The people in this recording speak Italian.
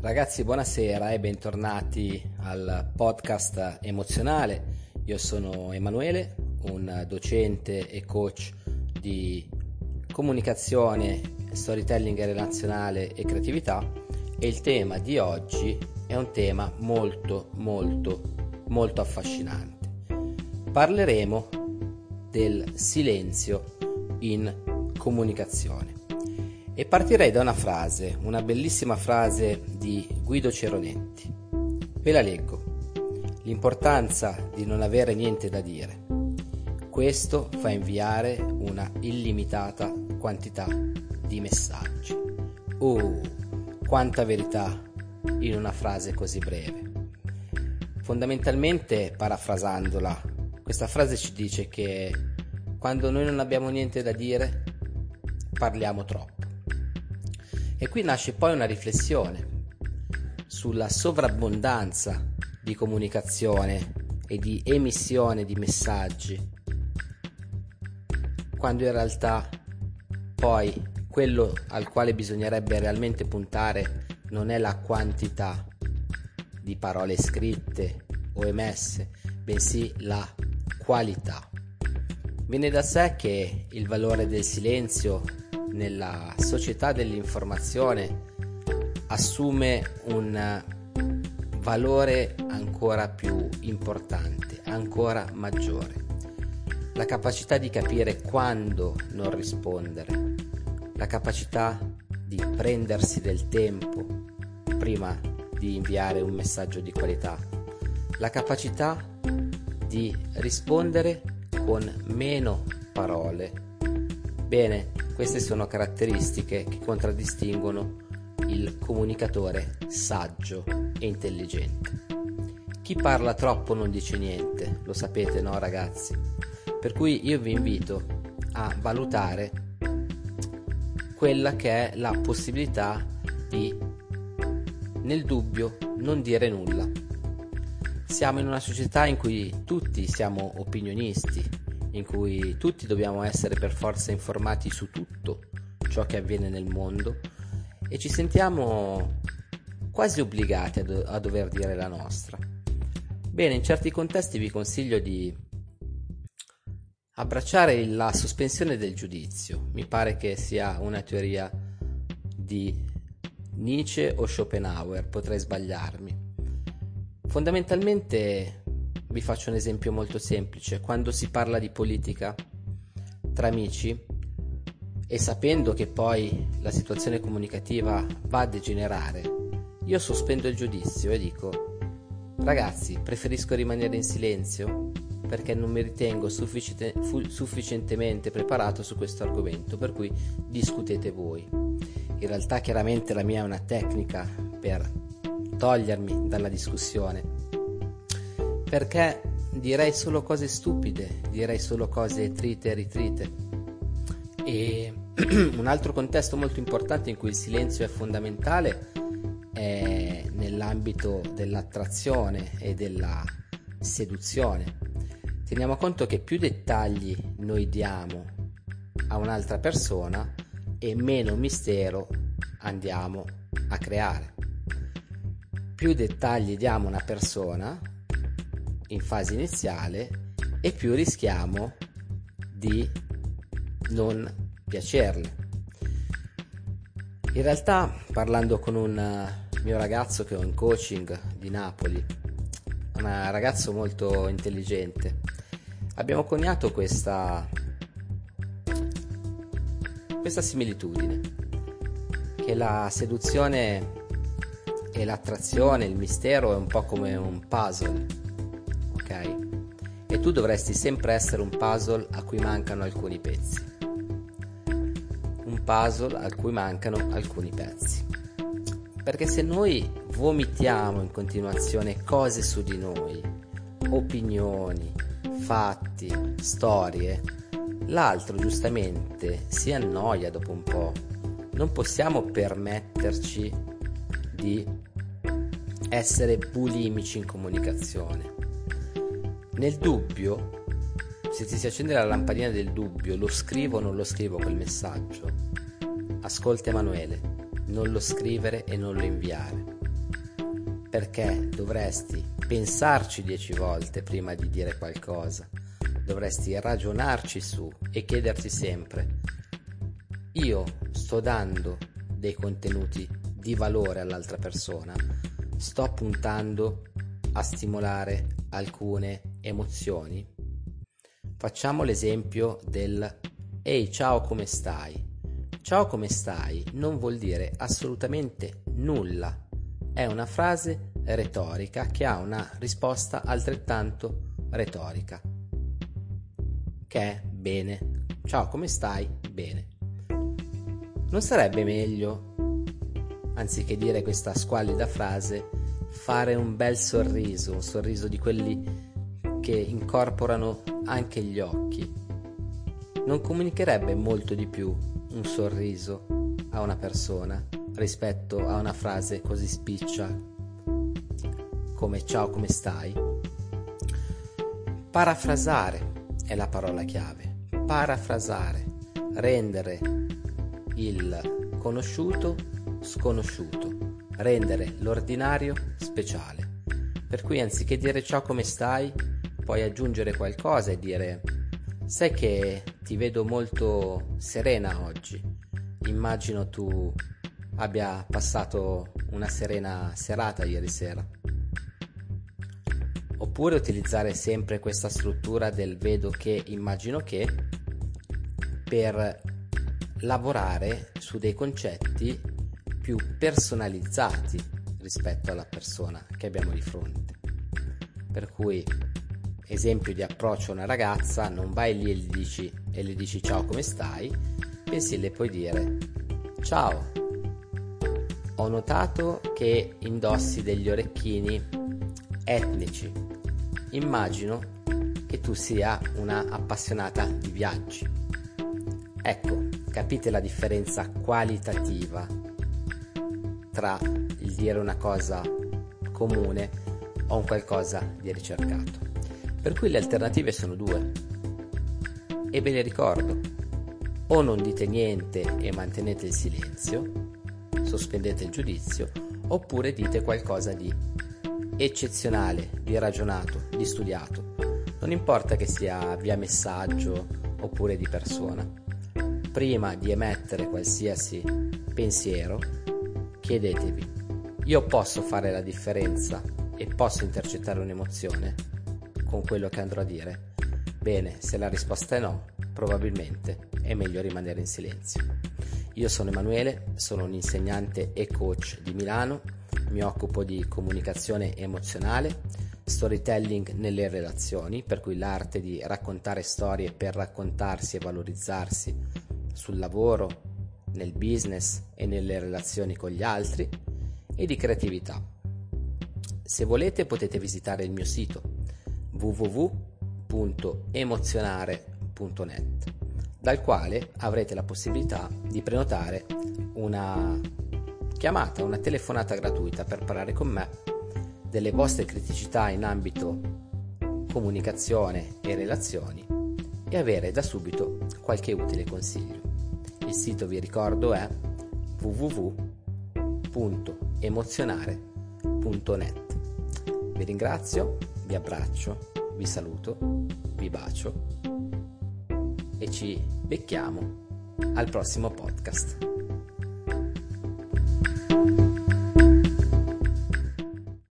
Ragazzi, buonasera e bentornati al podcast emozionale. Io sono Emanuele, un docente e coach di comunicazione, storytelling relazionale e creatività, e il tema di oggi è un tema molto affascinante. Parleremo del silenzio in comunicazione. E partirei da una frase, una bellissima frase di Guido Ceronetti. Ve la leggo. L'importanza di non avere niente da dire. Questo fa inviare una illimitata quantità di messaggi. Quanta verità in una frase così breve. Fondamentalmente, parafrasandola, questa frase ci dice che quando noi non abbiamo niente da dire, parliamo troppo. E qui nasce poi una riflessione sulla sovrabbondanza di comunicazione e di emissione di messaggi, quando in realtà poi quello al quale bisognerebbe realmente puntare non è la quantità di parole scritte o emesse, bensì la qualità. Viene da sé che il valore del silenzio nella società dell'informazione assume un valore ancora più importante, ancora maggiore. La capacità di capire quando non rispondere, la capacità di prendersi del tempo prima di inviare un messaggio di qualità, la capacità di rispondere con meno parole. Bene, queste sono caratteristiche che contraddistinguono il comunicatore saggio e intelligente. Chi parla troppo non dice niente, lo sapete, no ragazzi? Per cui io vi invito a valutare quella che è la possibilità di, nel dubbio, non dire nulla. Siamo in una società in cui tutti siamo opinionisti, in cui tutti dobbiamo essere per forza informati su tutto ciò che avviene nel mondo e ci sentiamo quasi obbligati a dover dire la nostra. Bene, in certi contesti vi consiglio di abbracciare la sospensione del giudizio. Mi pare che sia una teoria di Nietzsche o Schopenhauer, potrei sbagliarmi. Fondamentalmente vi faccio un esempio molto semplice. Quando si parla di politica tra amici e sapendo che poi la situazione comunicativa va a degenerare, io sospendo il giudizio e dico: ragazzi, preferisco rimanere in silenzio perché non mi ritengo sufficientemente preparato su questo argomento, per cui discutete voi. In realtà chiaramente la mia è una tecnica per togliermi dalla discussione, perché direi solo cose stupide, direi solo cose trite e ritrite. E un altro contesto molto importante in cui il silenzio è fondamentale è nell'ambito dell'attrazione e della seduzione. Teniamo conto che più dettagli noi diamo a un'altra persona e meno mistero andiamo a creare. Più dettagli diamo a una persona in fase iniziale e più rischiamo di non piacerle. In realtà, parlando con un mio ragazzo che ho in coaching di Napoli, un ragazzo molto intelligente, abbiamo coniato questa similitudine, che la seduzione e l'attrazione, il mistero è un po' come un puzzle, ok? E tu dovresti sempre essere un puzzle a cui mancano alcuni pezzi. Un puzzle a cui mancano alcuni pezzi. Perché se noi vomitiamo in continuazione cose su di noi, opinioni, fatti, storie, l'altro giustamente si annoia dopo un po'. Non possiamo permetterci di essere bulimici in comunicazione. Nel dubbio, se ti si accende la lampadina del dubbio, lo scrivo o non lo scrivo quel messaggio? Ascolta Emanuele, non lo scrivere e non lo inviare. perché dovresti pensarci 10 volte prima di dire qualcosa, dovresti ragionarci su e chiederti sempre: io sto dando dei contenuti di valore all'altra persona, sto puntando a stimolare alcune emozioni? Facciamo l'esempio del ehi, ciao, come stai? Ciao, come stai non vuol dire assolutamente nulla. È una frase retorica che ha una risposta altrettanto retorica, che è bene. Ciao, come stai? Bene. Non sarebbe meglio, anziché dire questa squallida frase, fare un bel sorriso, un sorriso di quelli che incorporano anche gli occhi? Non comunicherebbe molto di più un sorriso a una persona rispetto a una frase così spiccia come ciao, come stai? Parafrasare è la parola chiave. Parafrasare, rendere il conosciuto sconosciuto, rendere l'ordinario speciale. Per cui anziché dire ciao, come stai, puoi aggiungere qualcosa e dire: sai che ti vedo molto serena oggi, immagino tu abbia passato una serena serata ieri sera. Oppure utilizzare sempre questa struttura del vedo che, immagino che, per lavorare su dei concetti più personalizzati rispetto alla persona che abbiamo di fronte. Per cui, esempio di approccio a una ragazza: non vai lì e le dici ciao, come stai, bensì le puoi dire: ciao, ho notato che indossi degli orecchini etnici, immagino che tu sia una appassionata di viaggi. Ecco, capite la differenza qualitativa tra il dire una cosa comune o un qualcosa di ricercato. Per cui le alternative sono due e ve le ricordo: o non dite niente e mantenete il silenzio, sospendete il giudizio, oppure dite qualcosa di eccezionale, di ragionato, di studiato. Non importa che sia via messaggio oppure di persona. Prima di emettere qualsiasi pensiero, chiedetevi: io posso fare la differenza e posso intercettare un'emozione con quello che andrò a dire? Bene, se la risposta è no, probabilmente è meglio rimanere in silenzio. Io sono Emanuele, sono un insegnante e coach di Milano, mi occupo di comunicazione emozionale, storytelling nelle relazioni, per cui l'arte di raccontare storie per raccontarsi e valorizzarsi sul lavoro, nel business e nelle relazioni con gli altri, e di creatività. Se volete potete visitare il mio sito www.emozionare.net, dal quale avrete la possibilità di prenotare una chiamata, una telefonata gratuita per parlare con me delle vostre criticità in ambito comunicazione e relazioni e avere da subito qualche utile consiglio. Il sito, vi ricordo, è www.emozionare.net. Vi ringrazio, vi abbraccio, vi saluto, vi bacio e ci becchiamo al prossimo podcast.